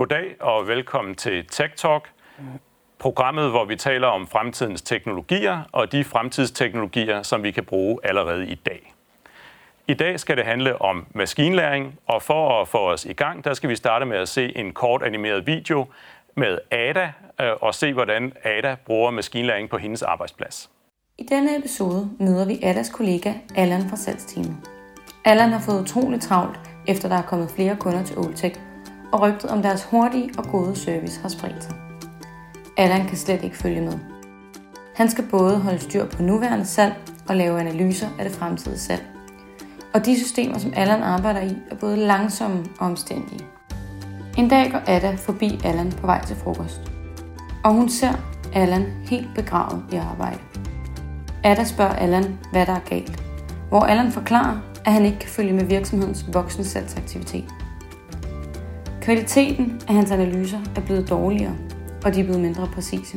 Goddag og velkommen til Tech Talk, programmet, hvor vi taler om fremtidens teknologier og de fremtidsteknologier, som vi kan bruge allerede i dag. I dag skal det handle om maskinlæring, og for at få os i gang, der skal vi starte med at se en kort animeret video med Ada og se, hvordan Ada bruger maskinlæring på hendes arbejdsplads. I denne episode møder vi Adas kollega Allan fra salgsteamet. Allan har fået utroligt travlt, efter der er kommet flere kunder til Oltec, og rygtet om deres hurtige og gode service har spredt sig. Allan kan slet ikke følge med. Han skal både holde styr på nuværende salg og lave analyser af det fremtidige salg. Og de systemer, som Allan arbejder i, er både langsomme og omstændige. En dag går Ada forbi Allan på vej til frokost, og hun ser Allan helt begravet i arbejde. Ada spørger Allan, hvad der er galt, hvor Allan forklarer, at han ikke kan følge med virksomhedens voksende salgsaktivitet. Kvaliteten af hans analyser er blevet dårligere, og de er blevet mindre præcise.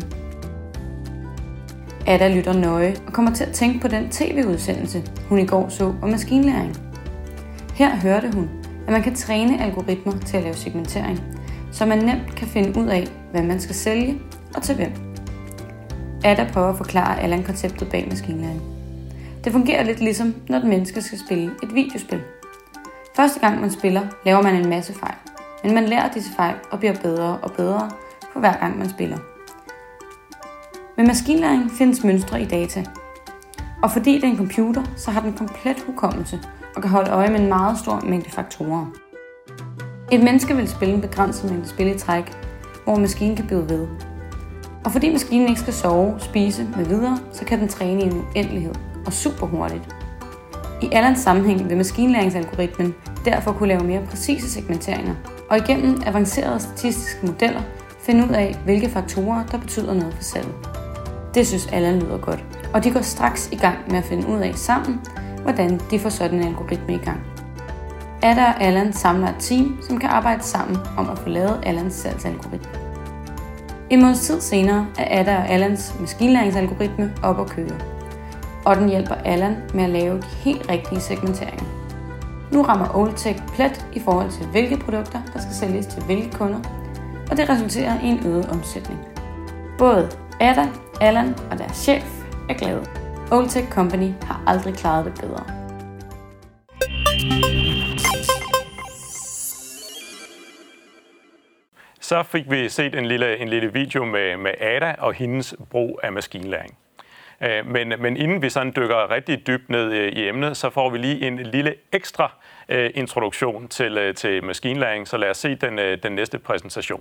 Ada lytter nøje og kommer til at tænke på den tv-udsendelse, hun i går så om maskinlæring. Her hørte hun, at man kan træne algoritmer til at lave segmentering, så man nemt kan finde ud af, hvad man skal sælge og til hvem. Ada prøver at forklare Allan konceptet bag maskinlæring. Det fungerer lidt ligesom, når et menneske skal spille et videospil. Første gang man spiller, laver man en masse fejl, men man lærer disse fejl og bliver bedre og bedre for hver gang man spiller. Med maskinlæring findes mønstre i data, og fordi det er en computer, så har den komplet hukommelse og kan holde øje med en meget stor mængde faktorer. Et menneske vil spille en begrænset mængde spil i træk, hvor maskinen kan blive ved. Og fordi maskinen ikke skal sove, spise med videre, så kan den træne i en uendelighed og super hurtigt. I Allans sammenhæng vil maskinlæringsalgoritmen derfor kunne lave mere præcise segmenteringer, og igennem avancerede statistiske modeller finde ud af, hvilke faktorer, der betyder noget for salget. Det synes Allan lyder godt, og de går straks i gang med at finde ud af sammen, hvordan de får sådan en algoritme i gang. Ada og Allan samler et team, som kan arbejde sammen om at få lavet Allans salgsalgoritme. En måneds tid senere er Ada og Allans maskinlæringsalgoritme op at køre, og den hjælper Allan med at lave de helt rigtige segmenteringer. Nu rammer Oltec plet i forhold til, hvilke produkter, der skal sælges til hvilke kunder, og det resulterer i en øget omsætning. Både Ada, Allan og deres chef er glade. Oltec Company har aldrig klaret det bedre. Så fik vi set en lille video med Ada og hendes brug af maskinlæring. Men inden vi sådan dykker rigtig dybt ned i emnet, så får vi lige en lille ekstra introduktion til maskinlæring, så lad os se den næste præsentation.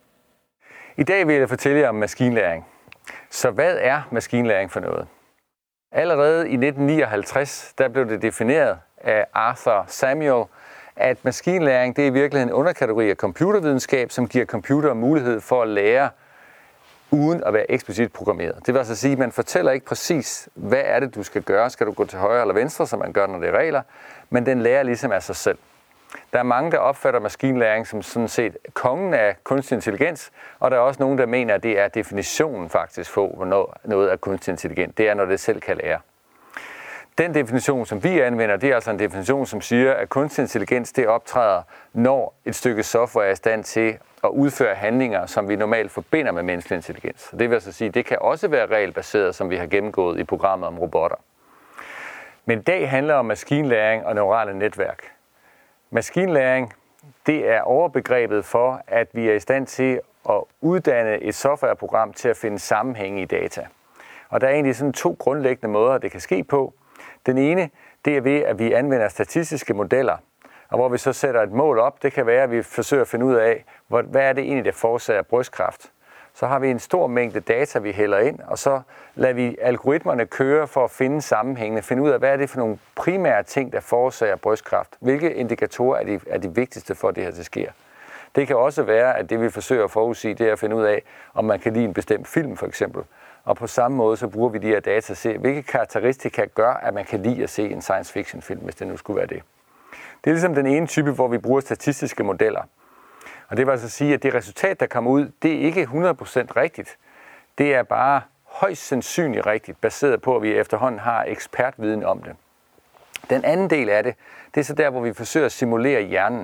I dag vil jeg fortælle jer om maskinlæring. Så hvad er maskinlæring for noget? Allerede i 1959 der blev det defineret af Arthur Samuel, at maskinlæring det er i virkeligheden en underkategori af computervidenskab, som giver computere mulighed for at lære uden at være eksplicit programmeret. Det vil altså sige, at man fortæller ikke præcis, hvad er det, du skal gøre. Skal du gå til højre eller venstre, som man gør, når det er regler, men den lærer ligesom af sig selv. Der er mange, der opfatter maskinlæring som sådan set kongen af kunstig intelligens, og der er også nogen, der mener, at det er definitionen faktisk på, hvornår noget er kunstig intelligens. Det er, når det selv kan lære. Den definition, som vi anvender, det er altså en definition, som siger, at kunstig intelligens det optræder, når et stykke software er i stand til at udføre handlinger, som vi normalt forbinder med menneskelig intelligens. Det vil altså sige, at det kan også være regelbaseret, som vi har gennemgået i programmet om robotter. Men i dag handler om maskinlæring og neurale netværk. Maskinlæring, det er overbegrebet for, at vi er i stand til at uddanne et softwareprogram til at finde sammenhæng i data. Og der er egentlig sådan 2 grundlæggende måder, det kan ske på. Den ene, det er ved, at vi anvender statistiske modeller, og hvor vi så sætter et mål op. Det kan være, at vi forsøger at finde ud af, hvad er det egentlig, der forårsager brystkræft. Så har vi en stor mængde data, vi hælder ind, og så lader vi algoritmerne køre for at finde sammenhængene, finde ud af, hvad er det for nogle primære ting, der forårsager brystkræft. Hvilke indikatorer er de vigtigste for, at det her til sker. Det kan også være, at det vi forsøger at forudsige, det er at finde ud af, om man kan lide en bestemt film for eksempel. Og på samme måde, så bruger vi de her data til at se, hvilke karakteristika gør, at man kan lide at se en science fiction film, hvis det nu skulle være det. Det er ligesom den ene type, hvor vi bruger statistiske modeller. Og det vil altså sige, at det resultat, der kommer ud, det er ikke 100% rigtigt. Det er bare højst sandsynligt rigtigt, baseret på, at vi efterhånden har ekspertviden om det. Den anden del af det, det er så der, hvor vi forsøger at simulere hjernen.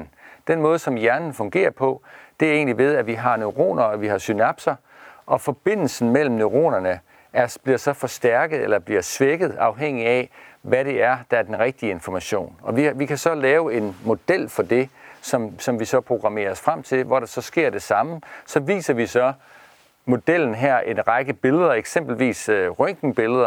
Den måde, som hjernen fungerer på, det er egentlig ved, at vi har neuroner og vi har synapser, og forbindelsen mellem neuronerne bliver så forstærket eller bliver svækket afhængig af, hvad det er, der er den rigtige information. Og vi kan så lave en model for det, som vi så programmerer os frem til, hvor der så sker det samme. Så viser vi så modellen her en række billeder, eksempelvis røntgenbilleder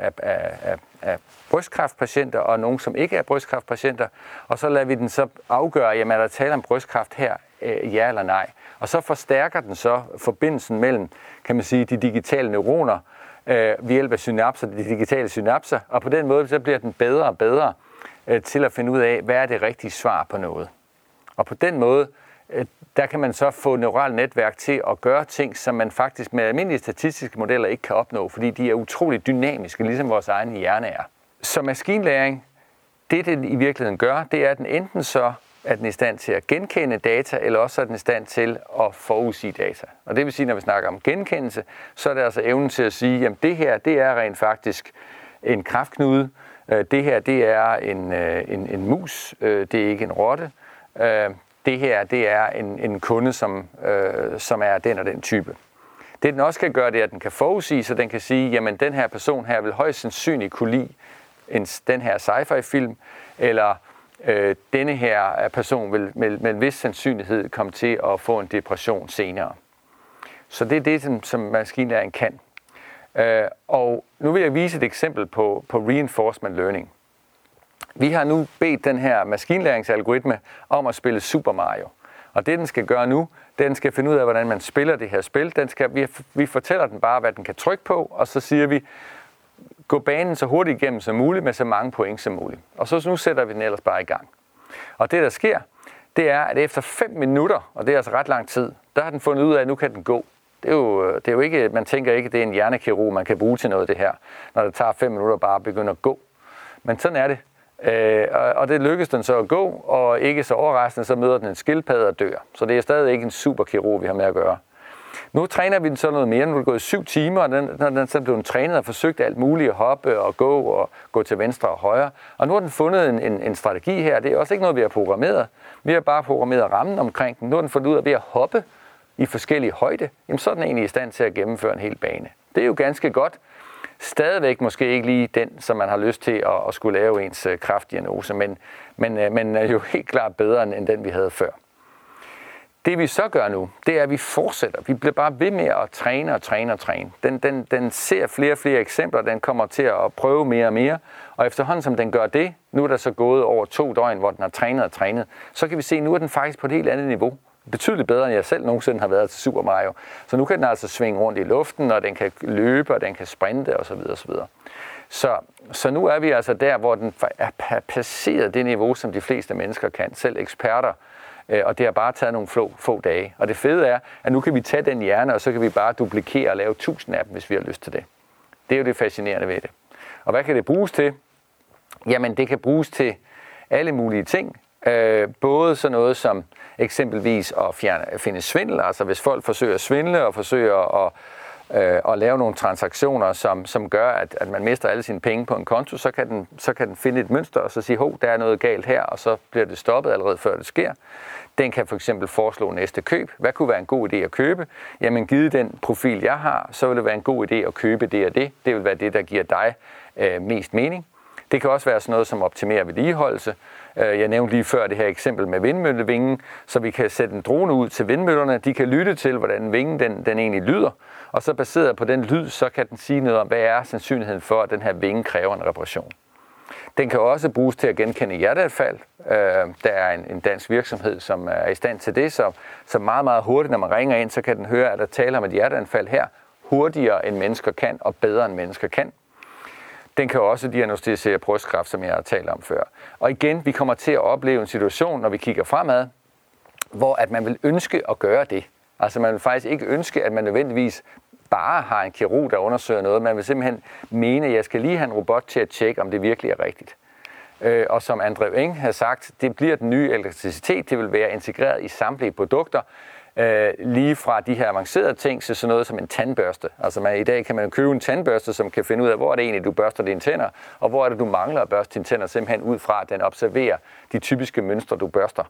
af brystkræftpatienter og nogen, som ikke er brystkræftpatienter, og så lader vi den så afgøre, jamen er der tale om brystkræft her, ja eller nej. Og så forstærker den så forbindelsen mellem, kan man sige, de digitale neuroner ved hjælp af synapser, de digitale synapser, og på den måde så bliver den bedre og bedre til at finde ud af, hvad er det rigtige svar på noget. Og på den måde, der kan man så få neurale netværk til at gøre ting, som man faktisk med almindelige statistiske modeller ikke kan opnå, fordi de er utroligt dynamiske, ligesom vores egen hjerne er. Så maskinlæring, det den i virkeligheden gør, det er, at den enten så er den i stand til at genkende data, eller også er den i stand til at forudsige data. Og det vil sige, når vi snakker om genkendelse, så er det altså evnen til at sige, jamen det her, det er rent faktisk en kræftknude, det her, det er en mus, det er ikke en rotte, det her, det er en kunde, som er den og den type. Det den også kan gøre, det er, at den kan forudsige, så den kan sige, jamen den her person her vil højst sandsynligt kunne lide den her sci-fi-film, eller denne her person vil med en vis sandsynlighed komme til at få en depression senere. Så det er det, som maskinlæring kan. Og nu vil jeg vise et eksempel på reinforcement learning. Vi har nu bedt den her maskinlæringsalgoritme om at spille Super Mario. Og det, den skal gøre nu, den skal finde ud af, hvordan man spiller det her spil. Vi fortæller den bare, hvad den kan trykke på, og så siger vi, gå banen så hurtigt igennem som muligt, med så mange point som muligt. Og så nu sætter vi den ellers bare i gang. Og det, der sker, det er, at efter 5 minutter, og det er altså ret lang tid, der har den fundet ud af, at nu kan den gå. Det er jo ikke, man tænker ikke, at det er en hjernekirurg, man kan bruge til noget det her, når det tager 5 minutter bare at begynde at gå. Men sådan er det. Og det lykkes den så at gå, og ikke så overraskende, så møder den en skildpadde og dør. Så det er stadig ikke en superkirurg, vi har med at gøre. Nu træner vi den så noget mere. Nu er det gået 7 timer, og når den så blev trænet og forsøgt alt muligt at hoppe og gå til venstre og højre. Og nu har den fundet en strategi her. Det er også ikke noget, vi har programmeret. Vi har bare programmeret rammen omkring den. Nu har den fundet ud af ved at hoppe i forskellige højde. Jamen så er den egentlig i stand til at gennemføre en hel bane. Det er jo ganske godt. Stadigvæk måske ikke lige den, som man har lyst til at skulle lave ens kræftdiagnose, men er jo helt klart bedre end den, vi havde før. Det vi så gør nu, det er, at vi fortsætter. Vi bliver bare ved med at træne og træne og træne. Den ser flere og flere eksempler, den kommer til at prøve mere og mere. Og efterhånden som den gør det, nu er der så gået over 2 døgn, hvor den har trænet og trænet, så kan vi se, at nu er den faktisk på et helt andet niveau. Betydeligt bedre, end jeg selv nogensinde har været til Super Mario. Så nu kan den altså svinge rundt i luften, og den kan løbe, og den kan sprinte osv. osv. Så nu er vi altså der, hvor den er passeret det niveau, som de fleste mennesker kan, selv eksperter. Og det har bare taget nogle få dage. Og det fede er, at nu kan vi tage den hjerne, og så kan vi bare duplikere og lave 1000 af dem, hvis vi har lyst til det. Det er jo det fascinerende ved det. Og hvad kan det bruges til? Jamen, det kan bruges til alle mulige ting. Både sådan noget som eksempelvis at finde svindel, altså hvis folk forsøger at svindle og forsøger at lave nogle transaktioner, som gør, at man mister alle sine penge på en konto, så kan den finde et mønster og så sige, der er noget galt her, og så bliver det stoppet allerede før det sker. Den kan for eksempel foreslå næste køb. Hvad kunne være en god idé at købe? Jamen, givet den profil, jeg har, så vil det være en god idé at købe det og det. Det vil være det, der giver dig mest mening. Det kan også være sådan noget som optimere vedligeholdelse. Jeg nævnte lige før det her eksempel med vindmøllevingen, så vi kan sætte en drone ud til vindmøllerne. De kan lytte til, hvordan vingen den egentlig lyder, og så baseret på den lyd, så kan den sige noget om, hvad er sandsynligheden for, at den her vinge kræver en reparation. Den kan også bruges til at genkende hjerteanfald. Der er en dansk virksomhed, som er i stand til det, så meget, meget hurtigt, når man ringer ind, så kan den høre, at der taler om et hjerteanfald her, hurtigere end mennesker kan, og bedre end mennesker kan. Den kan også diagnosticere brystkræft, som jeg har talt om før. Og igen, vi kommer til at opleve en situation, når vi kigger fremad, hvor at man vil ønske at gøre det. Altså man vil faktisk ikke ønske, at man nødvendigvis bare har en kirurg, der undersøger noget. Man vil simpelthen mene, at jeg skal lige have en robot til at tjekke, om det virkelig er rigtigt. Og som Andrew Ng har sagt, det bliver den nye elektricitet. Det vil være integreret i samtlige produkter. Lige fra de her avancerede ting til sådan noget som en tandbørste. Altså i dag kan man købe en tandbørste, som kan finde ud af, hvor er det egentlig, du børster dine tænder, og hvor er det, du mangler at børste dine tænder, simpelthen ud fra, at den observerer de typiske mønstre, du børster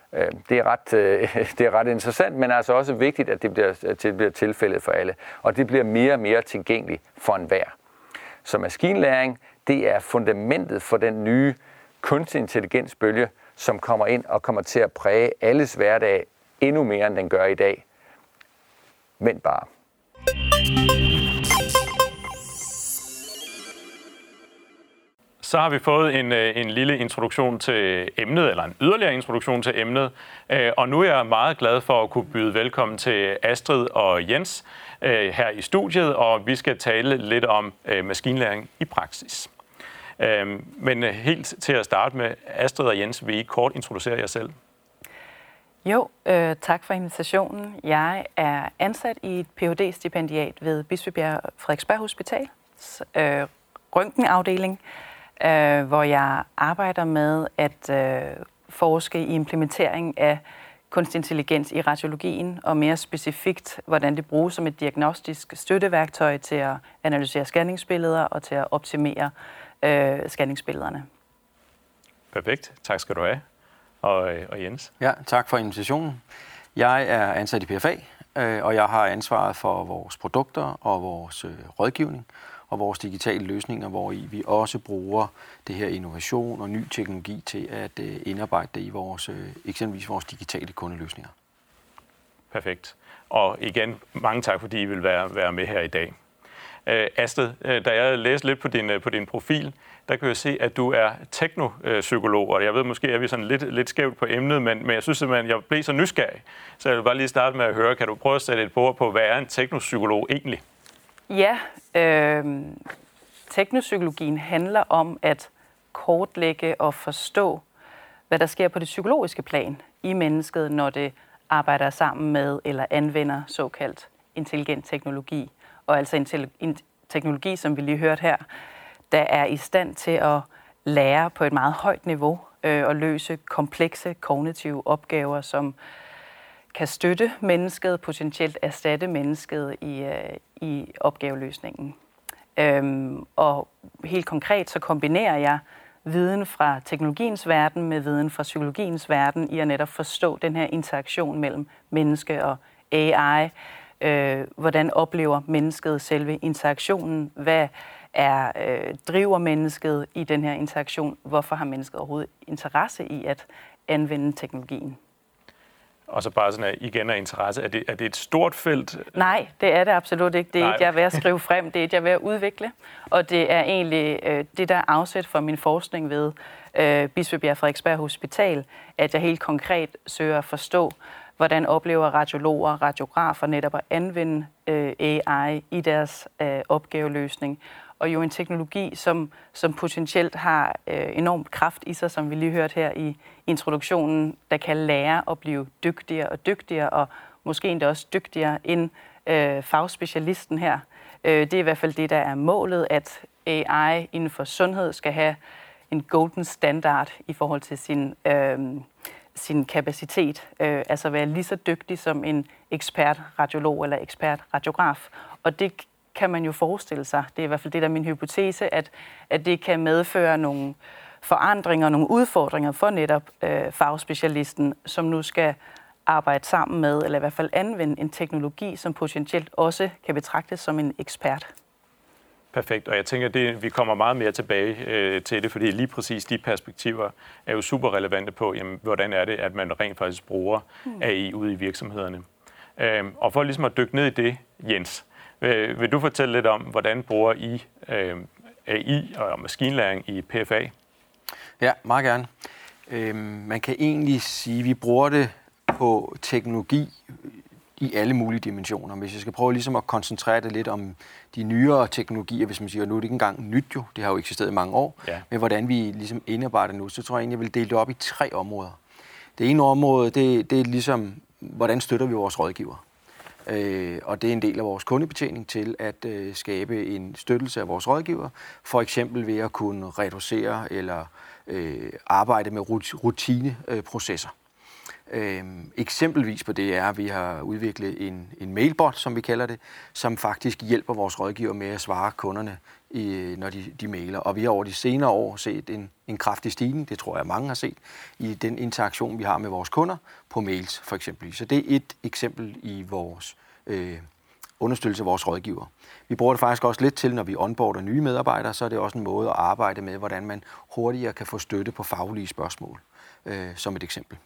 Det er ret interessant, men altså også vigtigt, at det bliver tilfældet for alle. Og det bliver mere og mere tilgængeligt for enhver. Så maskinlæring, det er fundamentet for den nye kunstig intelligensbølge, som kommer ind og kommer til at præge alles hverdag endnu mere, end den gør i dag. Men bare. Så har vi fået en lille introduktion til emnet, eller en yderligere introduktion til emnet. Og nu er jeg meget glad for at kunne byde velkommen til Astrid og Jens her i studiet, og vi skal tale lidt om maskinlæring i praksis. Men helt til at starte med, Astrid og Jens, vil I kort introducere jer selv? Jo, tak for invitationen. Jeg er ansat i et Ph.D.-stipendiat ved Bispebjerg Frederiksberg Hospital, røntgenafdeling, hvor jeg arbejder med at forske i implementering af kunstig intelligens i radiologien, og mere specifikt, hvordan det bruges som et diagnostisk støtteværktøj til at analysere scanningsbilleder og til at optimere scanningsbillederne. Perfekt. Tak skal du have. Og Jens? Ja, tak for invitationen. Jeg er ansat i PFA, og jeg har ansvaret for vores produkter og vores rådgivning og vores digitale løsninger, hvor vi også bruger det her innovation og ny teknologi til at indarbejde det i eksempelvis vores digitale kundeløsninger. Perfekt. Og igen, mange tak, fordi I vil være med her i dag. Astrid, da jeg læste lidt på din profil, der kan jeg se, at du er teknopsykolog, og jeg ved måske, at vi er sådan lidt skævt på emnet, men jeg synes simpelthen, jeg blev så nysgerrig. Så jeg vil bare lige starte med at høre, kan du prøve at sætte et ord på, hvad er en teknopsykolog egentlig? Ja, teknopsykologien handler om at kortlægge og forstå, hvad der sker på det psykologiske plan i mennesket, når det arbejder sammen med eller anvender såkaldt intelligent teknologi. Og altså en teknologi, som vi lige hørte her, der er i stand til at lære på et meget højt niveau og løse komplekse kognitive opgaver, som kan støtte mennesket, potentielt erstatte mennesket i opgaveløsningen. Og helt konkret så kombinerer jeg viden fra teknologiens verden med viden fra psykologiens verden i at netop forstå den her interaktion mellem menneske og AI. Hvordan oplever mennesket selve interaktionen? Hvad driver mennesket i den her interaktion? Hvorfor har mennesket overhovedet interesse i at anvende teknologien? Og så bare sådan igen af interesse. Er det et stort felt? Nej, det er det absolut ikke. Det er et, jeg er ved at skrive frem. Det er et, jeg er ved at udvikle. Og det er egentlig det, der er afsæt for min forskning ved Bispebjerg Frederiksberg Hospital, at jeg helt konkret søger at forstå, hvordan oplever radiologer og radiografer netop at anvende AI i deres opgaveløsning. Og jo en teknologi, som potentielt har enormt kraft i sig, som vi lige hørte her i introduktionen, der kan lære at blive dygtigere og dygtigere, og måske endda også dygtigere end fagspecialisten her. Det er i hvert fald det, der er målet, at AI inden for sundhed skal have en golden standard i forhold til sin kapacitet, altså være lige så dygtig som en ekspert radiolog eller ekspert radiograf. Og det kan man jo forestille sig, det er i hvert fald det, der er min hypotese, at det kan medføre nogle forandringer, nogle udfordringer for netop fagspecialisten, som nu skal arbejde sammen med, eller i hvert fald anvende en teknologi, som potentielt også kan betragtes som en ekspert. Perfekt, og jeg tænker, at vi kommer meget mere tilbage til det, fordi lige præcis de perspektiver er jo super relevante på, jamen, hvordan er det, at man rent faktisk bruger AI ude i virksomhederne. Og for ligesom at dykke ned i det, Jens, vil du fortælle lidt om, hvordan bruger I AI og maskinlæring i PFA? Ja, meget gerne. Man kan egentlig sige, at vi bruger det på teknologi i alle mulige dimensioner. Hvis jeg skal prøve ligesom at koncentrere det lidt om de nyere teknologier, hvis man siger, at nu er det ikke engang nyt jo, det har jo eksisteret i mange år, men hvordan vi ligesom indarbejder nu, så tror jeg egentlig, jeg vil dele det op i 3 områder. Det ene område, det er ligesom, hvordan støtter vi vores rådgiver? Og det er en del af vores kundebetjening til at skabe en støttelse af vores rådgiver, for eksempel ved at kunne reducere eller arbejde med rutineprocesser. Eksempelvis på det er, at vi har udviklet en mailbot, som vi kalder det, som faktisk hjælper vores rådgiver med at svare kunderne, når de mailer. Og vi har over de senere år set en kraftig stigning, det tror jeg mange har set, i den interaktion, vi har med vores kunder på mails for eksempel. Så det er et eksempel i vores understøttelse af vores rådgiver. Vi bruger det faktisk også lidt til, når vi onboarder nye medarbejdere, så er det også en måde at arbejde med, hvordan man hurtigere kan få støtte på faglige spørgsmål, som et eksempel.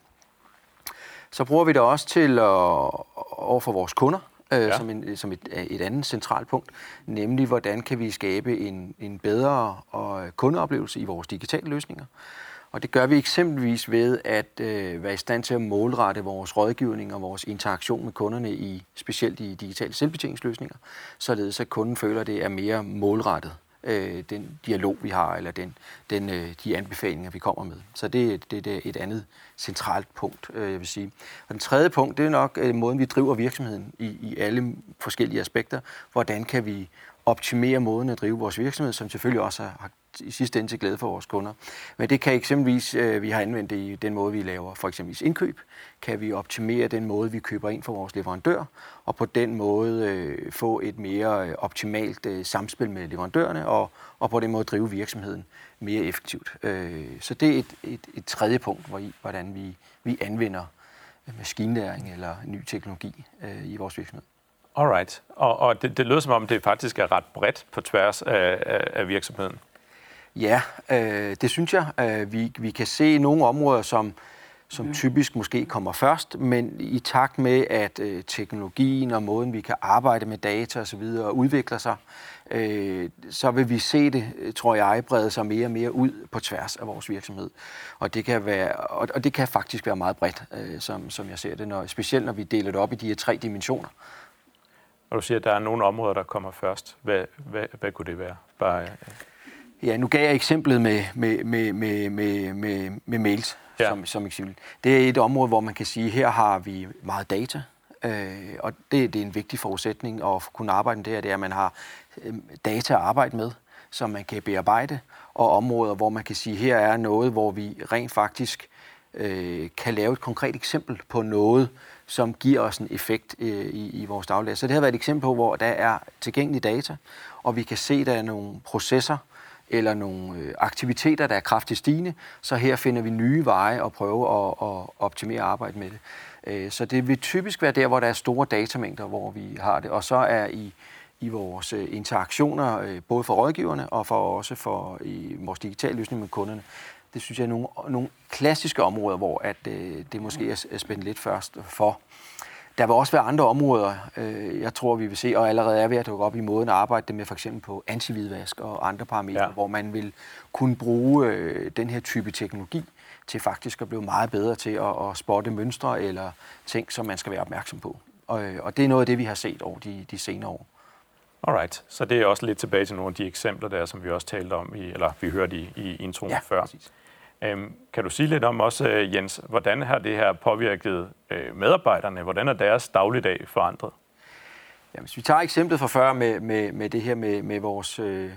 Så bruger vi det også til overfor vores kunder, som et andet centralt punkt, nemlig hvordan kan vi skabe en bedre kundeoplevelse i vores digitale løsninger. Og det gør vi eksempelvis ved at være i stand til at målrette vores rådgivning og vores interaktion med kunderne specielt i digitale selvbetjeningsløsninger, således at kunden føler, at det er mere målrettet, den dialog, vi har, eller de anbefalinger, vi kommer med. Så det er et andet centralt punkt, jeg vil sige. Og den tredje punkt, det er nok måden, vi driver virksomheden i alle forskellige aspekter. Hvordan kan vi optimere måden at drive vores virksomhed, som selvfølgelig også har i sidste ende til glæde for vores kunder. Men det kan eksempelvis, vi har anvendt det i den måde, vi laver for eksempel indkøb, kan vi optimere den måde, vi køber ind for vores leverandør, og på den måde få et mere optimalt samspil med leverandørerne, og på den måde drive virksomheden mere effektivt. Så det er et tredje punkt, hvordan vi anvender maskinlæring eller ny teknologi i vores virksomhed. Alright. Og det lyder som om, det faktisk er ret bredt på tværs af virksomheden. Ja, det synes jeg. Vi kan se nogle områder, som typisk måske kommer først, men i takt med, at teknologien og måden, vi kan arbejde med data osv. udvikler sig, så vil vi se det, tror jeg, brede sig mere og mere ud på tværs af vores virksomhed. Og det kan faktisk være meget bredt, som jeg ser det, specielt når vi deler det op i de her 3 dimensioner. Og du siger, at der er nogle områder, der kommer først. Hvad kunne det være? Ja, nu gav jeg eksemplet med mails som eksempel. Det er et område, hvor man kan sige, at her har vi meget data, og det er en vigtig forudsætning at kunne arbejde med det er, at man har data at arbejde med, som man kan bearbejde, og områder, hvor man kan sige, at her er noget, hvor vi rent faktisk kan lave et konkret eksempel på noget, som giver os en effekt i vores dagligdag. Så det har været et eksempel på, hvor der er tilgængelig data, og vi kan se, at der er nogle processer eller nogle aktiviteter, der er kraftigt stigende, så her finder vi nye veje og prøve at optimere arbejde med det. Så det vil typisk være der, hvor der er store datamængder, hvor vi har det, og så er i vores interaktioner, både for rådgiverne og også for i vores digitale løsning med kunderne. Det synes jeg er nogle klassiske områder, hvor at det måske er spændt lidt først for. Der vil også være andre områder, jeg tror, vi vil se, og allerede er ved at dukke op i måden at arbejde med, for eksempel på anti-hvidvask og andre parametre, hvor man vil kunne bruge den her type teknologi til faktisk at blive meget bedre til at spotte mønstre eller ting, som man skal være opmærksom på. Og det er noget af det, vi har set over de senere år. Alright, så det er også lidt tilbage til nogle af de eksempler der, som vi også talte om, eller vi hørte i introen før. Præcis. Kan du sige lidt om også, Jens, hvordan har det her påvirket medarbejderne? Hvordan er deres dagligdag forandret? Jamen, hvis vi tager eksemplet fra før med det her med vores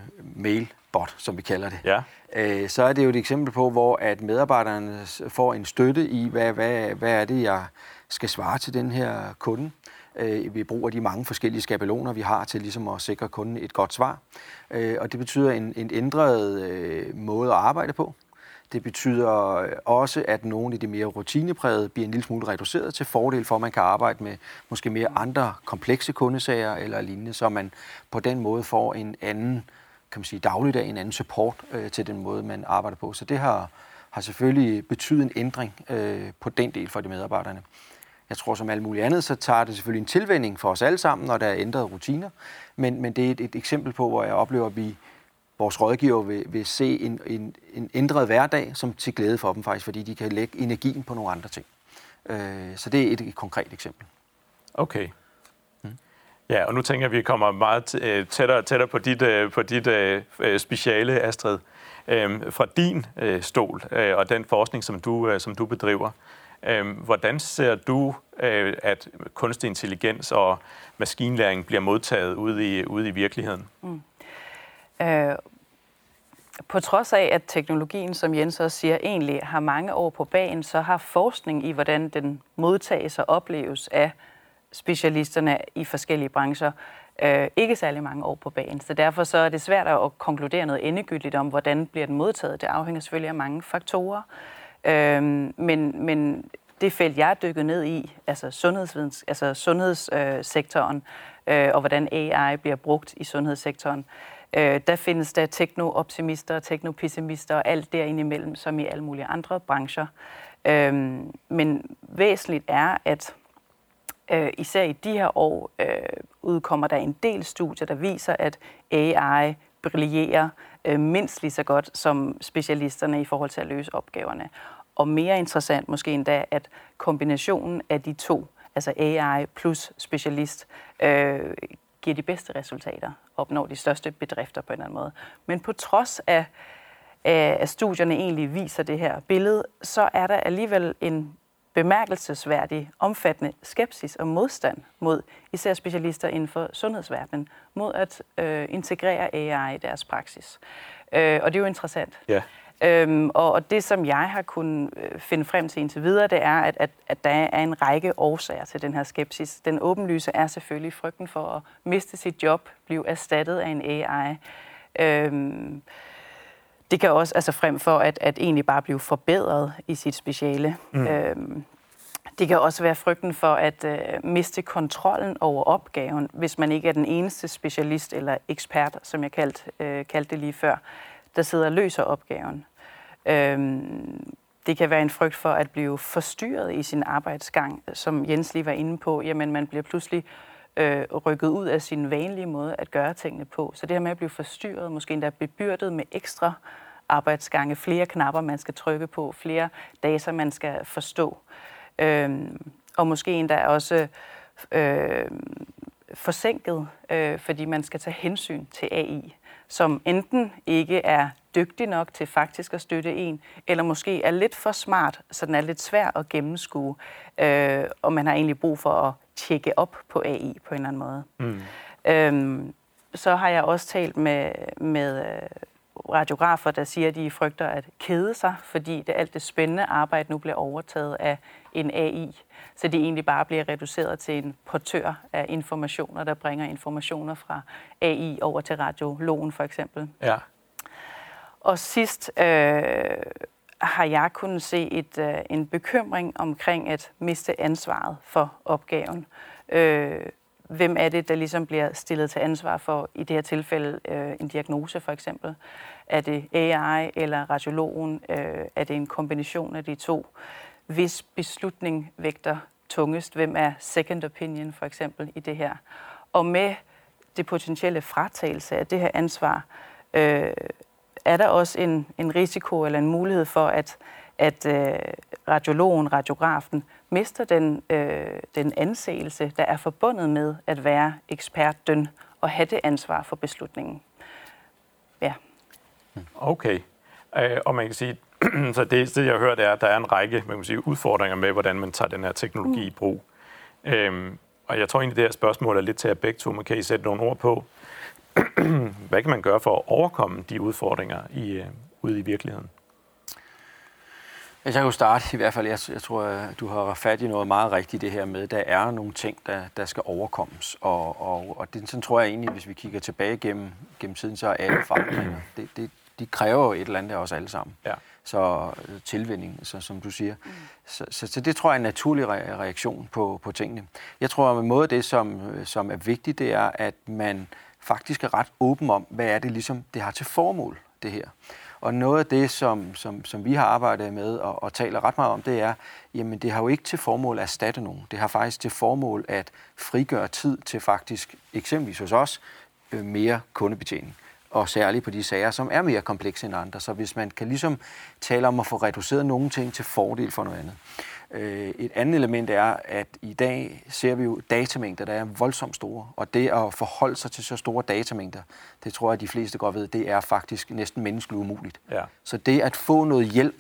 mailbot, som vi kalder det, så er det jo et eksempel på, hvor at medarbejderne får en støtte i, hvad er det, jeg skal svare til den her kunde. Vi bruger de mange forskellige skabeloner, vi har til ligesom at sikre kunden et godt svar. Og det betyder en ændret måde at arbejde på. Det betyder også, at nogle af de mere rutineprægede bliver en lille smule reduceret til fordel for, at man kan arbejde med måske mere andre komplekse kundesager eller lignende, så man på den måde får en anden, kan man sige, dagligdag, en anden support til den måde, man arbejder på. Så det har selvfølgelig betydet en ændring på den del for de medarbejderne. Jeg tror, som alt muligt andet, så tager det selvfølgelig en tilvænning for os alle sammen, når der er ændrede rutiner. Men det er et eksempel på, hvor jeg oplever, at vores rådgiver vil se en ændret hverdag, som til glæde for dem faktisk, fordi de kan lægge energien på nogle andre ting. Så det er et konkret eksempel. Okay. Ja, og nu tænker jeg, at vi kommer meget tættere på dit speciale, Astrid. Fra din stol og den forskning, som du bedriver, hvordan ser du, at kunstig intelligens og maskinlæring bliver modtaget ude i virkeligheden? på trods af, at teknologien, som Jens også siger, egentlig har mange år på bagen, så har forskning i, hvordan den modtages og opleves af specialisterne i forskellige brancher, ikke særlig mange år på bagen. Så derfor så er det svært at konkludere noget endegyldigt om, hvordan bliver den modtaget. Det afhænger selvfølgelig af mange faktorer. Men det felt, jeg er dykket ned i, altså sundhedssektoren, og hvordan AI bliver brugt i sundhedssektoren, der findes der tekno-optimister, teknopessimister og alt derinde imellem, som i alle mulige andre brancher. Men væsentligt er, at især i de her år udkommer der en del studier, der viser, at AI brillerer mindst lige så godt som specialisterne i forhold til at løse opgaverne. Og mere interessant måske endda, at kombinationen af de to, altså AI plus specialist, giver de bedste resultater, opnår de største bedrifter på en eller anden måde. Men på trods af, at studierne egentlig viser det her billede, så er der alligevel en bemærkelsesværdig, omfattende skepsis og modstand mod især specialister inden for sundhedsverdenen, mod at integrere AI i deres praksis. Og det er jo interessant. Ja. Og det, som jeg har kunnet finde frem til indtil videre, det er, at der er en række årsager til den her skepsis. Den åbenlyse er selvfølgelig frygten for at miste sit job, blive erstattet af en AI. Det kan også, altså frem for at egentlig bare blive forbedret i sit speciale. Det kan også være frygten for at miste kontrollen over opgaven, hvis man ikke er den eneste specialist eller ekspert, som jeg kaldte det lige før, der sidder og løser opgaven. Det kan være en frygt for at blive forstyrret i sin arbejdsgang, som Jens lige var inde på. Jamen, man bliver pludselig rykket ud af sin vanlige måde at gøre tingene på. Så det her med at blive forstyrret, måske endda bebyrdet med ekstra arbejdsgange, flere knapper, man skal trykke på, flere data, man skal forstå. Og måske endda også forsinket, fordi man skal tage hensyn til AI, som enten ikke er dygtig nok til faktisk at støtte en, eller måske er lidt for smart, så den er lidt svær at gennemskue, og man har egentlig brug for at tjekke op på AI på en eller anden måde. Så har jeg også talt med radiografer, der siger, at de frygter at kede sig, fordi alt det spændende arbejde nu bliver overtaget af en AI, så de egentlig bare bliver reduceret til en portør af informationer, der bringer informationer fra AI over til radiologen for eksempel. Ja. Og sidst har jeg kunnet se en bekymring omkring at miste ansvaret for opgaven. Hvem er det, der ligesom bliver stillet til ansvar for, i det her tilfælde, en diagnose for eksempel? Er det AI eller radiologen? Er det en kombination af de to? Hvis beslutning vægter tungest, hvem er second opinion for eksempel i det her? Og med det potentielle fratagelse af det her ansvar, er der også en risiko eller en mulighed for, at radiologen, radiografen, mister den anseelse, der er forbundet med at være eksperten og have det ansvar for beslutningen. Ja. Okay. Og man kan sige, så det jeg har hørt er, at der er en række udfordringer med, hvordan man tager den her teknologi i brug. Og jeg tror egentlig, det her spørgsmål er lidt til at begge to. Man kan I sætte nogle ord på. Hvad kan man gøre for at overkomme de udfordringer ude i virkeligheden? Jeg kan jo starte i hvert fald. Jeg tror, du har fat i noget meget rigtigt det her med, der er nogle ting, der skal overkommes. Og det, sådan tror jeg egentlig, hvis vi kigger tilbage gennem tiden, så er alle forandringer. De kræver jo et eller andet af os alle sammen. Ja. Så tilvænning, som du siger. Så det tror jeg er en naturlig reaktion på tingene. Jeg tror, at måde det, som er vigtigt, det er, at man faktisk er ret åben om, hvad er det ligesom, det har til formål, det her. Og noget af det, som vi har arbejdet med og taler ret meget om, det er, jamen det har jo ikke til formål at erstatte nogen. Det har faktisk til formål at frigøre tid til faktisk, eksempelvis hos os, mere kundebetjening. Og særligt på de sager, som er mere komplekse end andre. Så hvis man kan ligesom tale om at få reduceret nogle ting til fordel for noget andet. Et andet element er, at i dag ser vi jo datamængder, der er voldsomt store. Og det at forholde sig til så store datamængder, det tror jeg, at de fleste godt ved, det er faktisk næsten menneskeligt umuligt. Ja. Så det at få noget hjælp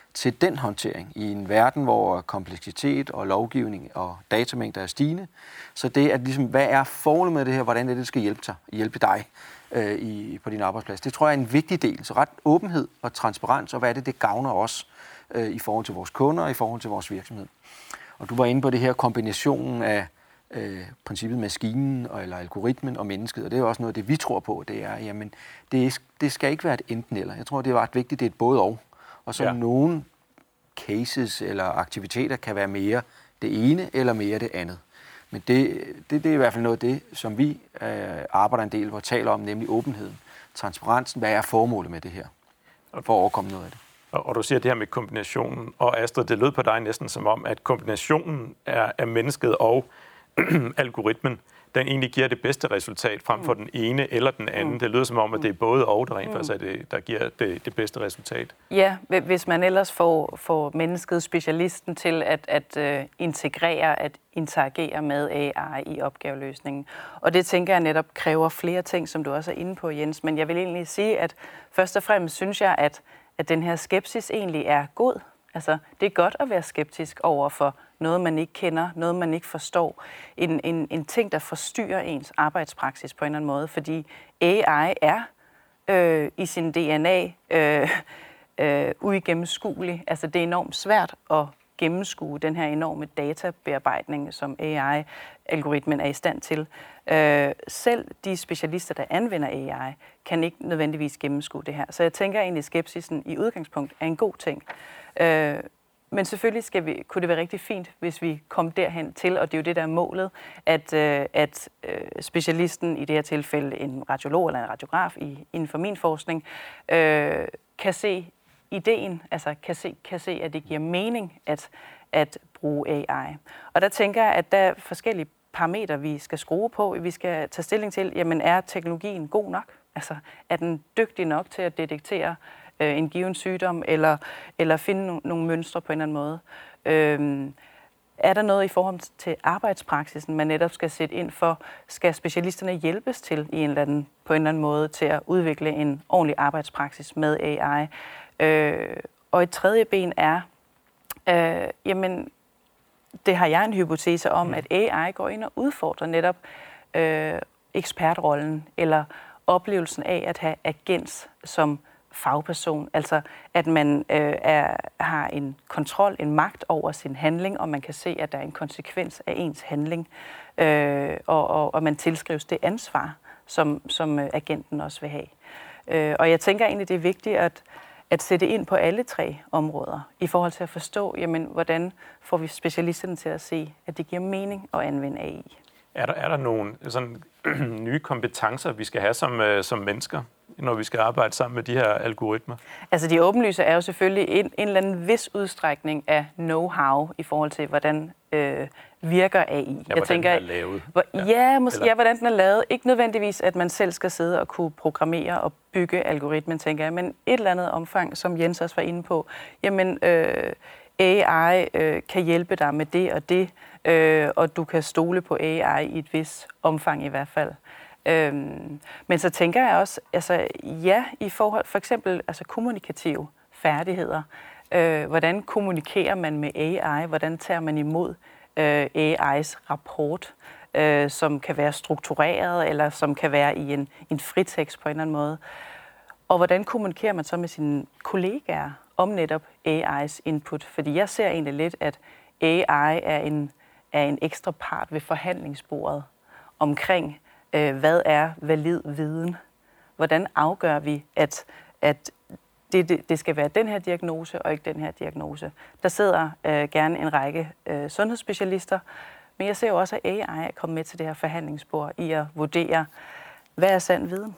til den håndtering i en verden, hvor kompleksitet og lovgivning og datamængder er stigende. Så det er ligesom, hvad er formålet med det her, hvordan det skal hjælpe dig på din arbejdsplads. Det tror jeg er en vigtig del. Så ret åbenhed og transparens, og hvad er det gavner os i forhold til vores kunder og i forhold til vores virksomhed. Og du var inde på det her kombinationen af princippet maskinen eller algoritmen og mennesket, og det er også noget af det, vi tror på, det er, jamen, det skal ikke være et enten eller. Jeg tror, det er ret vigtigt, det er et både og. Og så nogle cases eller aktiviteter kan være mere det ene eller mere det andet. Men det er i hvert fald noget af det, som vi arbejder en del, hvor taler om, nemlig åbenheden, transparensen. Hvad er formålet med det her, for at overkomme noget af det? Og du siger det her med kombinationen, og Astrid, det lød på dig næsten som om, at kombinationen af mennesket og algoritmen, den egentlig giver det bedste resultat frem for den ene eller den anden. Det lyder som om, at det er både og, der rent faktisk er det, der giver det bedste resultat. Ja, hvis man ellers får mennesket, specialisten til at integrere, at interagere med AI i opgaveløsningen. Og det tænker jeg netop kræver flere ting, som du også er inde på, Jens. Men jeg vil egentlig sige, at først og fremmest synes jeg, at den her skepsis egentlig er god. Altså, det er godt at være skeptisk over for noget, man ikke kender, noget, man ikke forstår. En ting, der forstyrrer ens arbejdspraksis på en eller anden måde, fordi AI er i sin DNA uigennemskuelig. Altså, det er enormt svært at gennemskue den her enorme databearbejdning, som AI-algoritmen er i stand til. Selv de specialister, der anvender AI, kan ikke nødvendigvis gennemskue det her. Så jeg tænker egentlig, at skepsisen i udgangspunkt er en god ting. Men selvfølgelig kunne det være rigtig fint, hvis vi kom derhen til, og det er jo det, der er målet, at specialisten, i det her tilfælde en radiolog eller en radiograf inden for min forskning, kan se ideen, altså kan se, at det giver mening at bruge AI. Og der tænker jeg, at der er forskellige parametre, vi skal skrue på. Vi skal tage stilling til, jamen er teknologien god nok? Altså er den dygtig nok til at detektere en given sygdom, eller finde nogle mønstre på en eller anden måde? Er der noget i forhold til arbejdspraksisen, man netop skal sætte ind for? Skal specialisterne hjælpes til på en eller anden måde til at udvikle en ordentlig arbejdspraksis med AI? Og et tredje ben er, jamen, det har jeg en hypotese om, at AI går ind og udfordrer netop ekspertrollen, eller oplevelsen af at have agens som fagperson. Altså, at man har en kontrol, en magt over sin handling, og man kan se, at der er en konsekvens af ens handling, og man tilskrives det ansvar, som agenten også vil have. Og jeg tænker egentlig, det er vigtigt at sætte ind på alle tre områder, i forhold til at forstå, jamen, hvordan får vi specialisterne til at se, at det giver mening at anvende AI. Er der nogle sådan, nye kompetencer, vi skal have som mennesker, når vi skal arbejde sammen med de her algoritmer? Altså de åbenlyse er jo selvfølgelig en eller anden vis udstrækning af know-how i forhold til, hvordan virker AI. Ja, hvordan den er lavet. Hvordan den er lavet. Ikke nødvendigvis, at man selv skal sidde og kunne programmere og bygge algoritmen, tænker jeg, men et eller andet omfang, som Jens også var inde på. Jamen, AI kan hjælpe dig med det og det, og du kan stole på AI i et vis omfang i hvert fald. Men så tænker jeg også, altså ja, i forhold for eksempel altså kommunikative færdigheder. Hvordan kommunikerer man med AI? Hvordan tager man imod AI's rapport, som kan være struktureret, eller som kan være i en fritekst på en eller anden måde? Og hvordan kommunikerer man så med sine kollegaer om netop AI's input? Fordi jeg ser egentlig lidt, at AI er en ekstra part ved forhandlingsbordet omkring, hvad er valid viden? Hvordan afgør vi, at det skal være den her diagnose og ikke den her diagnose? Der sidder gerne en række sundhedsspecialister, men jeg ser jo også, at AI er kommet med til det her forhandlingsbord i at vurdere, hvad er sand viden?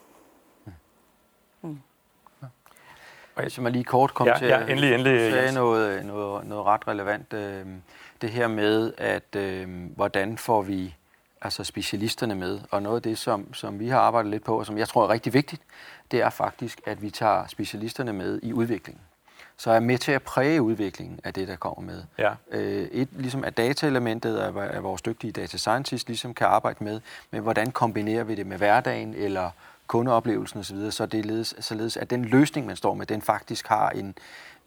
Og jeg skal lige kort komme til at sige noget ret relevant. Det her med, at hvordan får vi altså specialisterne med, og noget af det, som vi har arbejdet lidt på, og som jeg tror er rigtig vigtigt, det er faktisk, at vi tager specialisterne med i udviklingen. Så er med til at præge udviklingen af det, der kommer med. Ja. Ligesom at dataelementet af vores dygtige data scientist ligesom kan arbejde med, hvordan kombinerer vi det med hverdagen, eller kundeoplevelsen osv., således at den løsning, man står med, den faktisk har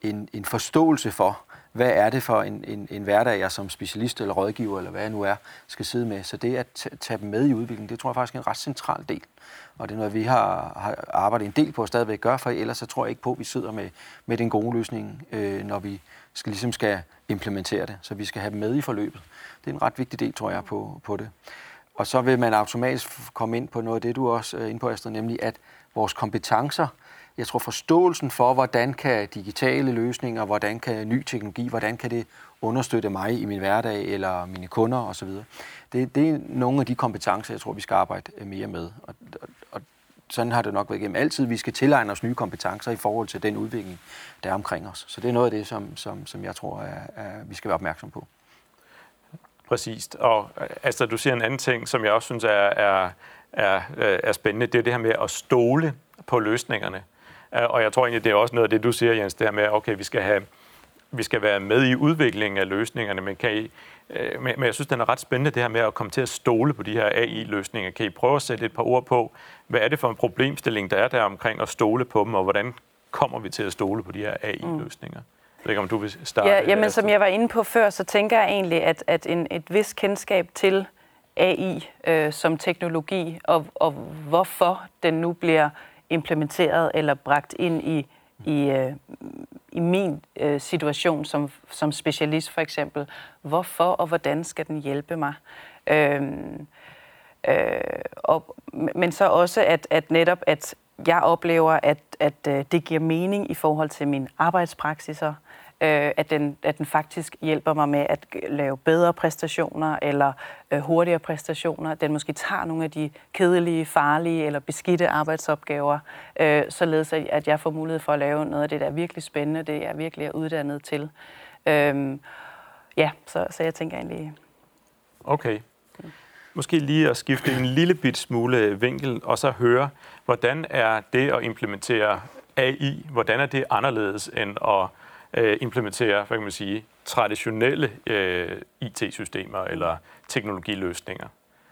en forståelse for, hvad er det for en hverdag, jeg som specialist eller rådgiver, eller hvad jeg nu er, skal sidde med. Så det at tage dem med i udviklingen, det tror jeg faktisk er en ret central del. Og det er noget, vi har arbejdet en del på at stadigvæk gøre, for ellers så tror jeg ikke på, at vi sidder med den gode løsning, når vi skal implementere det. Så vi skal have dem med i forløbet. Det er en ret vigtig del, tror jeg, på det. Og så vil man automatisk komme ind på noget af det, du også er inde på, Astrid, nemlig at vores kompetencer, jeg tror forståelsen for, hvordan kan digitale løsninger, hvordan kan ny teknologi, hvordan kan det understøtte mig i min hverdag eller mine kunder osv. Det er nogle af de kompetencer, jeg tror, vi skal arbejde mere med. Og sådan har det nok været igennem altid. Vi skal tilegne os nye kompetencer i forhold til den udvikling, der er omkring os. Så det er noget af det, som jeg tror, vi skal være opmærksom på. Præcist. Og Astrid, du siger en anden ting, som jeg også synes er spændende. Det er det her med at stole på løsningerne. Og jeg tror egentlig, det er også noget af det, du siger, Jens, det her med, okay, vi skal være med i udviklingen af løsningerne, men jeg synes, det er ret spændende, det her med at komme til at stole på de her AI-løsninger. Kan I prøve at sætte et par ord på, hvad er det for en problemstilling, der er der omkring at stole på dem, og hvordan kommer vi til at stole på de her AI-løsninger? Jeg ved ikke, om du vil starte. Ja, jamen, som jeg var inde på før, så tænker jeg egentlig, at et vis kendskab til AI som teknologi, og hvorfor den nu bliver implementeret eller bragt ind i min situation som specialist for eksempel. Hvorfor og hvordan skal den hjælpe mig? Men så også, at netop, at jeg oplever, at det giver mening i forhold til mine arbejdspraksiser, at den faktisk hjælper mig med at lave bedre præstationer eller hurtigere præstationer. Den måske tager nogle af de kedelige, farlige eller beskidte arbejdsopgaver, således at jeg får mulighed for at lave noget af det, der er virkelig spændende, det jeg virkelig er uddannet til. Så jeg tænker egentlig... Okay. Måske lige at skifte en lille bit smule vinkel, og så høre, hvordan er det at implementere AI, hvordan er det anderledes end at implementere, hvad kan man sige, traditionelle IT-systemer eller teknologiløsninger.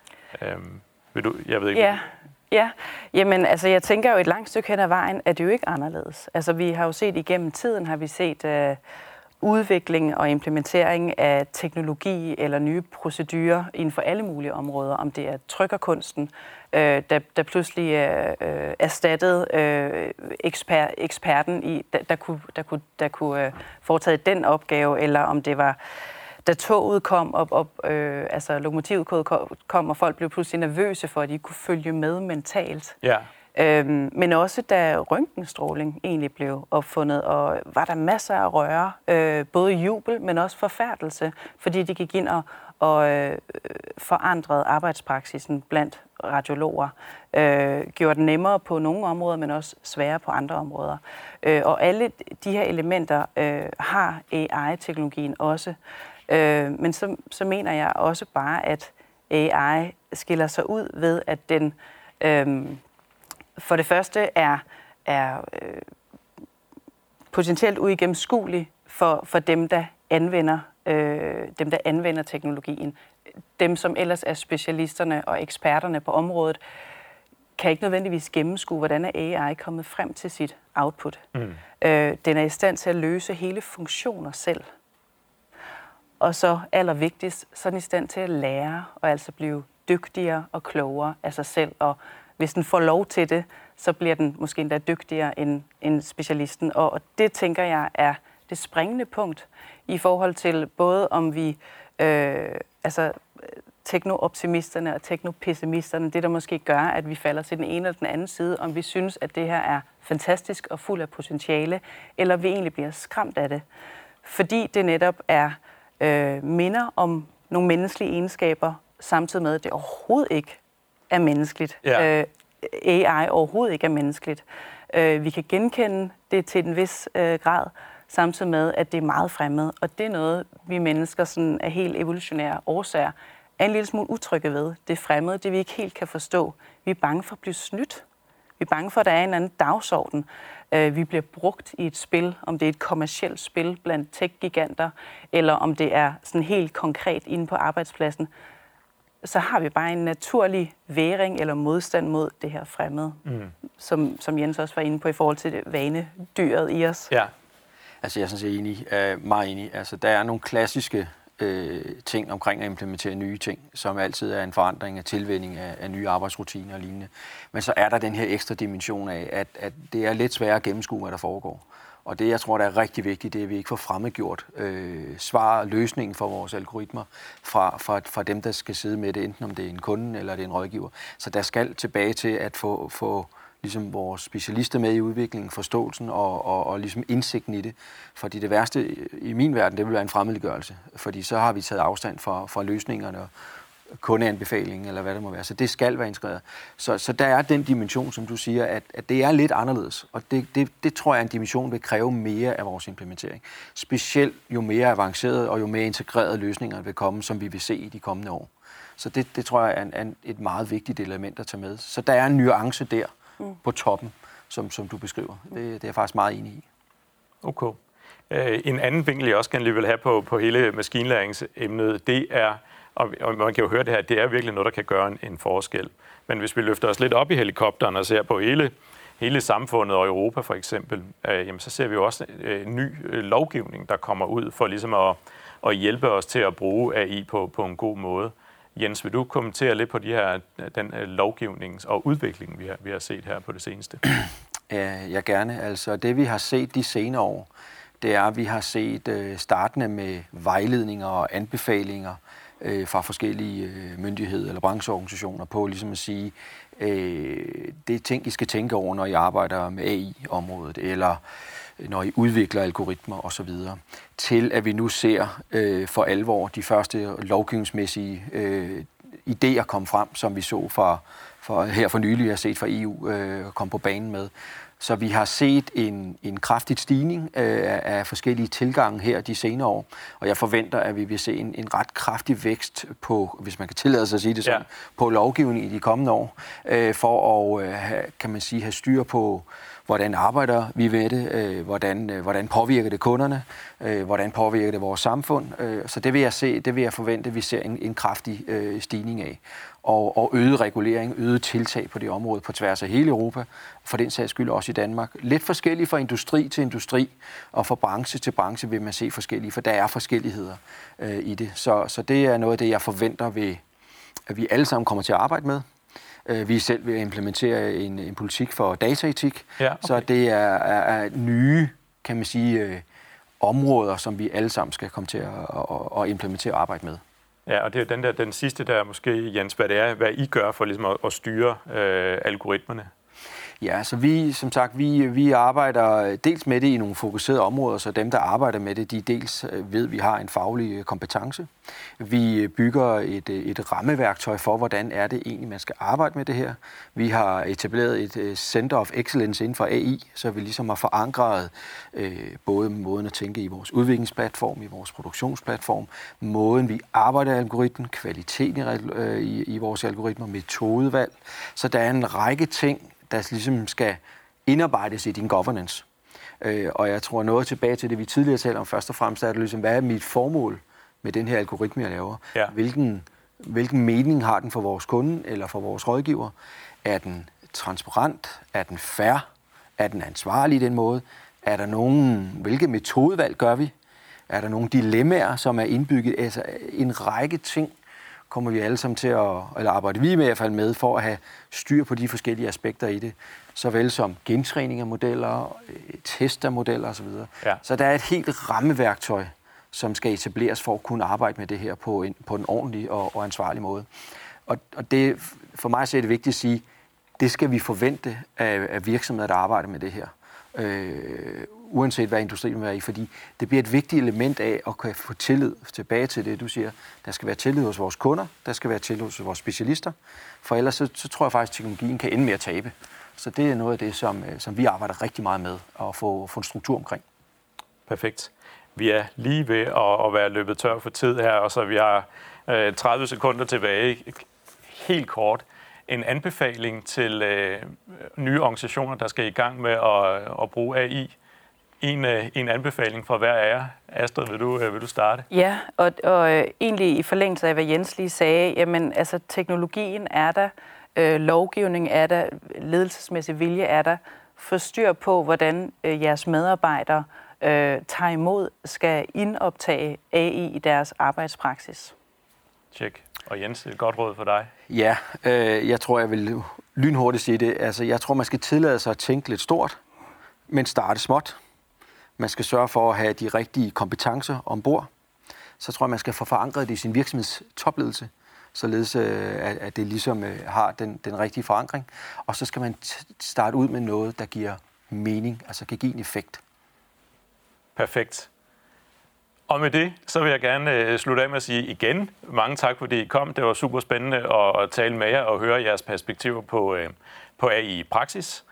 Jeg ved ikke. Ja. Jamen, altså, jeg tænker jo et langt stykke hen ad vejen, at det jo ikke anderledes. Altså, vi har jo set igennem tiden, har vi set udvikling og implementering af teknologi eller nye procedurer inden for alle mulige områder, om det er trykkerkunsten, der pludselig erstattede eksperten, der kunne foretage den opgave, eller om det var, da toget kom, altså lokomotivet kom, og folk blev pludselig nervøse for, at de kunne følge med mentalt. Ja. Men også da røntgenstråling egentlig blev opfundet, og var der masser af røre, både jubel, men også forfærdelse, fordi de gik ind og forandrede arbejdspraksisen blandt radiologer, gjorde det nemmere på nogle områder, men også sværere på andre områder. Og alle de her elementer har AI-teknologien også. Men så mener jeg også bare, at AI skiller sig ud ved, at den for det første er potentielt uigennemskuelig for dem, der anvender teknologien. Dem, som ellers er specialisterne og eksperterne på området, kan ikke nødvendigvis gennemskue, hvordan er AI kommet frem til sit output. Den er i stand til at løse hele funktioner selv. Og så allervigtigst, så er den i stand til at lære og altså blive dygtigere og klogere af sig selv. Og hvis den får lov til det, så bliver den måske endda dygtigere end specialisten. Og det, tænker jeg, er det springende punkt i forhold til både om vi, teknooptimisterne og teknopessimisterne, det der måske gør, at vi falder til den ene eller den anden side, om vi synes, at det her er fantastisk og fuld af potentiale, eller vi egentlig bliver skræmt af det. Fordi det netop er minder om nogle menneskelige egenskaber, samtidig med, at det overhovedet ikke er menneskeligt. Ja. AI overhovedet ikke er menneskeligt. Vi kan genkende det til en vis grad, samtidig med, at det er meget fremmed. Og det er noget, vi mennesker sådan af helt evolutionære årsager er en lille smule utrygge ved. Det er fremmede, det vi ikke helt kan forstå. Vi er bange for at blive snydt. Vi er bange for, at der er en anden dagsorden. Vi bliver brugt i et spil, om det er et kommercielt spil blandt tech-giganter, eller om det er sådan helt konkret inde på arbejdspladsen. Så har vi bare en naturlig væring eller modstand mod det her fremmede, som Jens også var inde på i forhold til det vanedyret i os. Ja. Altså jeg er sådan set enig, meget enig. Altså der er nogle klassiske ting omkring at implementere nye ting, som altid er en forandring af tilvænning af nye arbejdsrutiner og lignende. Men så er der den her ekstra dimension af, at det er lidt sværere at gennemskue, hvad der foregår. Og det, jeg tror, der er rigtig vigtigt, det er, at vi ikke får fremmedgjort svar og løsningen for vores algoritmer fra dem, der skal sidde med det, enten om det er en kunde eller det er en rådgiver. Så der skal tilbage til at få ligesom vores specialister med i udviklingen, forståelsen og ligesom indsigten i det. Fordi det værste i min verden, det vil være en fremmedliggørelse. Fordi så har vi taget afstand fra løsningerne og kundeanbefalingen, eller hvad det må være. Så det skal være integreret. Så der er den dimension, som du siger, at det er lidt anderledes. Og det tror jeg er en dimension, der vil kræve mere af vores implementering. Specielt jo mere avanceret og jo mere integrerede løsninger vil komme, som vi vil se i de kommende år. Så det tror jeg er et meget vigtigt element at tage med. Så der er en nuance der på toppen, som du beskriver. Det er jeg faktisk meget enig i. Okay. En anden vinkel, jeg også gerne lige vil have på hele maskinlæringsemnet, det er, og man kan jo høre det her, det er virkelig noget, der kan gøre en forskel. Men hvis vi løfter os lidt op i helikopteren og ser på hele samfundet og Europa for eksempel, jamen, så ser vi jo også en ny lovgivning, der kommer ud for ligesom at hjælpe os til at bruge AI på en god måde. Jens, vil du kommentere lidt på den lovgivnings- og udvikling, vi har set her på det seneste? Ja, gerne. Altså det, vi har set de senere år, det er, at vi har set startende med vejledninger og anbefalinger fra forskellige myndigheder eller brancheorganisationer på ligesom at sige, det er ting, I skal tænke over, når I arbejder med AI-området, eller når I udvikler algoritmer osv., til at vi nu ser for alvor de første lovgivningsmæssige idéer komme frem, som vi så her for nylig har set fra EU komme på banen med. Så vi har set en kraftig stigning af forskellige tilgange her de senere år, og jeg forventer, at vi vil se en ret kraftig vækst på, hvis man kan tillade sig at sige det sådan, på lovgivning i de kommende år, for at have styr på, hvordan arbejder vi ved det, hvordan påvirker det kunderne, hvordan påvirker det vores samfund. Så det vil jeg forvente, at vi ser en kraftig stigning af. Og øget regulering, øget tiltag på det område på tværs af hele Europa, for den sags skyld også i Danmark. Lidt forskelligt fra industri til industri, og fra branche til branche vil man se forskellige, for der er forskelligheder i det. Så det er noget af det, jeg forventer, at vi alle sammen kommer til at arbejde med. Vi selv vil implementere en politik for dataetik, så det er nye, kan man sige, områder, som vi alle sammen skal komme til at implementere og arbejde med. Ja, og det er den sidste der måske, Jens, hvad I gør for ligesom at styre algoritmerne. Ja, så vi arbejder dels med det i nogle fokuserede områder, så dem, der arbejder med det, de dels ved, at vi har en faglig kompetence. Vi bygger et rammeværktøj for, hvordan er det egentlig, man skal arbejde med det her. Vi har etableret et Center of Excellence inden for AI, så vi ligesom har forankret både måden at tænke i vores udviklingsplatform, i vores produktionsplatform, måden vi arbejder algoritmen, kvaliteten i vores algoritmer, metodevalg. Så der er en række ting, der ligesom skal indarbejdes i din governance. Og jeg tror noget tilbage til det, vi tidligere talte om, først og fremmest er det ligesom, hvad er mit formål med den her algoritme, jeg laver? Ja. Hvilken mening har den for vores kunde eller for vores rådgiver? Er den transparent? Er den fair? Er den ansvarlig i den måde? Er der hvilke metodevalg gør vi? Er der nogle dilemmaer, som er indbygget? Altså en række ting kommer vi alle sammen til eller arbejder vi i hvert fald med, for at have styr på de forskellige aspekter i det, såvel som gentræning af modeller, test af modeller osv. Ja. Så der er et helt rammeværktøj, som skal etableres for at kunne arbejde med det her på en ordentlig og ansvarlig måde. Og det, for mig så er det vigtigt at sige, det skal vi forvente af virksomheder, der arbejder med det her. Uanset hvad industrien vil være i, fordi det bliver et vigtigt element af at kunne få tillid tilbage til det, du siger. Der skal være tillid hos vores kunder, der skal være tillid hos vores specialister, for ellers så tror jeg faktisk, at teknologien kan ende med at tabe. Så det er noget af det, som vi arbejder rigtig meget med at få en struktur omkring. Perfekt. Vi er lige ved at være løbet tør for tid her, og så vi har 30 sekunder tilbage. Helt kort. En anbefaling til nye organisationer, der skal i gang med at bruge AI. En anbefaling fra hver af jer. Astrid, vil du starte? Ja, og egentlig i forlængelse af, hvad Jens lige sagde, jamen altså teknologien er der, lovgivning er der, ledelsesmæssig vilje er der. Få styr på, hvordan jeres medarbejdere tager imod, skal indoptage AI i deres arbejdspraksis. Tjek. Og Jens, et godt råd for dig. Ja, jeg tror, jeg vil lynhurtigt sige det. Altså, jeg tror, man skal tillade sig at tænke lidt stort, men starte småt. Man skal sørge for at have de rigtige kompetencer ombord. Så tror jeg, man skal få forankret det i sin virksomheds topledelse, således at det ligesom har den rigtige forankring. Og så skal man starte ud med noget, der giver mening, altså kan give en effekt. Perfekt. Og med det, så vil jeg gerne slutte af med at sige igen mange tak, fordi I kom. Det var super spændende at tale med jer og høre jeres perspektiver på AI i praksis.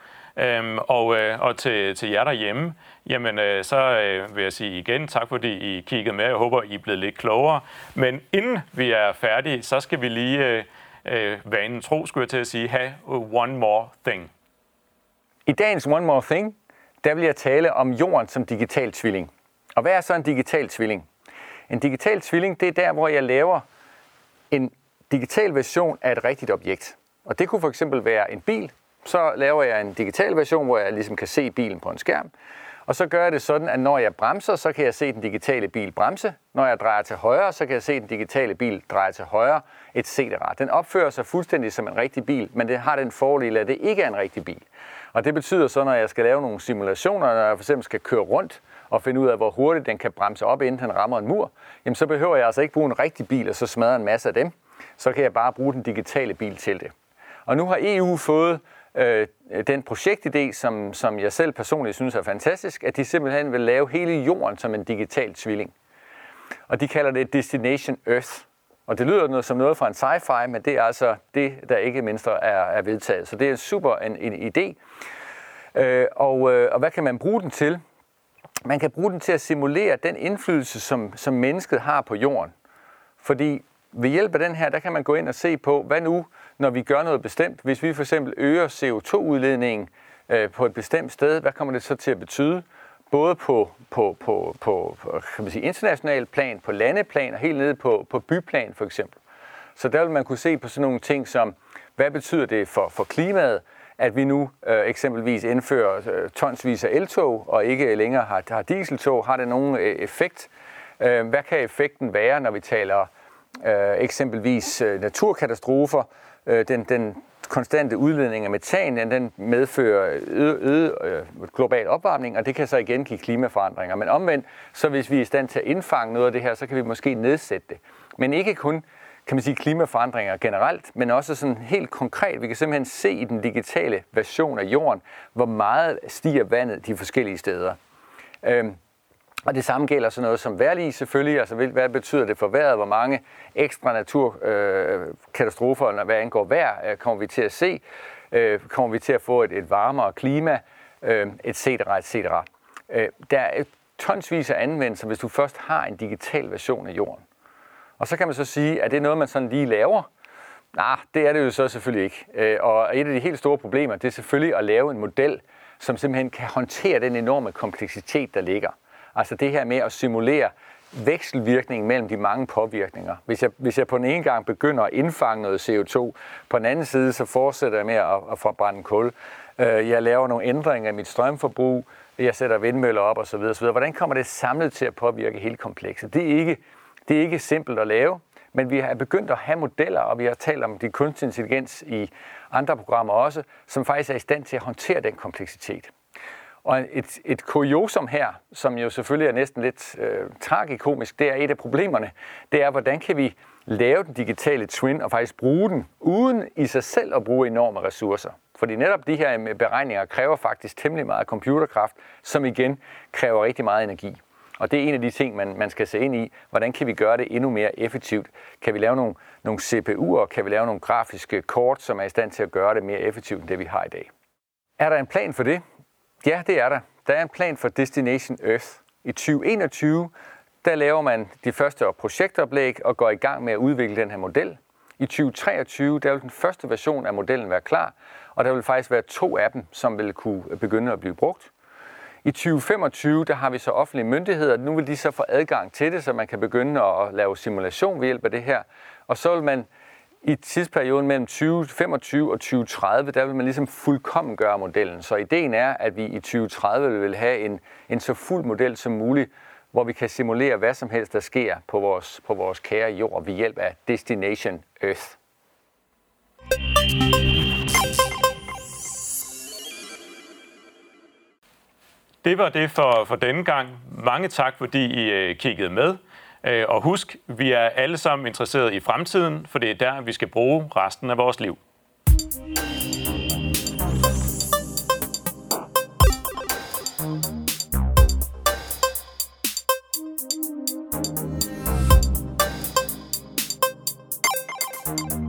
Og til jer derhjemme, jamen så vil jeg sige igen tak, fordi I kiggede med. Jeg håber, I er blevet lidt klogere. Men inden vi er færdige, så skal vi lige, vanen tro, skulle jeg til at sige, have one more thing. I dagens One More Thing, der vil jeg tale om jorden som digital tvilling. Og hvad er så en digital tvilling? En digital tvilling, det er der, hvor jeg laver en digital version af et rigtigt objekt. Og det kunne for eksempel være en bil. Så laver jeg en digital version, hvor jeg ligesom kan se bilen på en skærm. Og så gør jeg det sådan, at når jeg bremser, så kan jeg se den digitale bil bremse. Når jeg drejer til højre, så kan jeg se den digitale bil dreje til højre, etc. Den opfører sig fuldstændig som en rigtig bil, men det har den fordel, at det ikke er en rigtig bil. Og det betyder så, når jeg skal lave nogle simulationer, når jeg for eksempel skal køre rundt og finde ud af, hvor hurtigt den kan bremse op, inden den rammer en mur, jamen så behøver jeg altså ikke bruge en rigtig bil og så smadre en masse af dem. Så kan jeg bare bruge den digitale bil til det. Og nu har EU fået den projektidé, som jeg selv personligt synes er fantastisk, at de simpelthen vil lave hele jorden som en digital tvilling. Og de kalder det Destination Earth. Og det lyder som noget fra en sci-fi, men det er altså det, der ikke mindst er vedtaget. Så det er super en idé. Og hvad kan man bruge den til? Man kan bruge den til at simulere den indflydelse, som mennesket har på jorden. Fordi ved hjælp af den her, der kan man gå ind og se på, hvad nu, når vi gør noget bestemt. Hvis vi for eksempel øger CO2-udledningen på et bestemt sted, hvad kommer det så til at betyde? Både på kan man sige, international plan, på landeplan og helt nede på byplan for eksempel. Så der vil man kunne se på sådan nogle ting som, hvad betyder det for klimaet, at vi nu eksempelvis indfører tonsvis af eltog og ikke længere har dieseltog. Har det nogen effekt? Hvad kan effekten være, når vi taler eksempelvis naturkatastrofer? Den konstante udledning af metan, den medfører øget global opvarmning, og det kan så igen give klimaforandringer. Men omvendt, så hvis vi er i stand til at indfange noget af det her, så kan vi måske nedsætte det. Men ikke kun, kan man sige, klimaforandringer generelt, men også sådan helt konkret. Vi kan simpelthen se i den digitale version af jorden, hvor meget stiger vandet de forskellige steder. Og det samme gælder sådan noget som vejrlig selvfølgelig. Altså hvad betyder det for vejret? Hvor mange ekstra naturkatastrofer, hvad angår vejr, kommer vi til at se? Kommer vi til at få et varmere klima, etc. etc. Der er tonsvis af anvendelser, hvis du først har en digital version af jorden. Og så kan man så sige, at det er noget, man sådan lige laver. Nej, det er det jo så selvfølgelig ikke. Og et af de helt store problemer, det er selvfølgelig at lave en model, som simpelthen kan håndtere den enorme kompleksitet, der ligger. Altså det her med at simulere vekselvirkningen mellem de mange påvirkninger. Hvis jeg på den ene gang begynder at indfange noget CO2, på den anden side så fortsætter jeg med at forbrænde kul. Jeg laver nogle ændringer i mit strømforbrug, jeg sætter vindmøller op osv. Hvordan kommer det samlet til at påvirke hele komplekset? Det er ikke simpelt at lave, men vi har begyndt at have modeller, og vi har talt om de kunstig intelligens i andre programmer også, som faktisk er i stand til at håndtere den kompleksitet. Og et kuriosum her, som jo selvfølgelig er næsten lidt tragikomisk, det er et af problemerne. Det er, hvordan kan vi lave den digitale twin og faktisk bruge den, uden i sig selv at bruge enorme ressourcer. Fordi netop de her beregninger kræver faktisk temmelig meget computerkraft, som igen kræver rigtig meget energi. Og det er en af de ting, man skal se ind i. Hvordan kan vi gøre det endnu mere effektivt? Kan vi lave nogle CPU'er? Kan vi lave nogle grafiske kort, som er i stand til at gøre det mere effektivt, end det vi har i dag? Er der en plan for det? Ja, det er der. Der er en plan for Destination Earth. I 2021, der laver man de første projektoplæg og går i gang med at udvikle den her model. I 2023, der vil den første version af modellen være klar, og der vil faktisk være 2 af dem, som vil kunne begynde at blive brugt. I 2025, der har vi så offentlige myndigheder. Nu vil de så få adgang til det, så man kan begynde at lave simulation ved hjælp af det her. Og så vil man I tidsperioden mellem 2025 og 2030, der vil man ligesom fuldkommen gøre modellen. Så ideen er, at vi i 2030 vil have en så fuld model som muligt, hvor vi kan simulere hvad som helst, der sker på vores kære jord ved hjælp af Destination Earth. Det var det for denne gang. Mange tak, fordi I kiggede med. Og husk, vi er alle sammen interesseret i fremtiden, for det er der, vi skal bruge resten af vores liv. Thank you.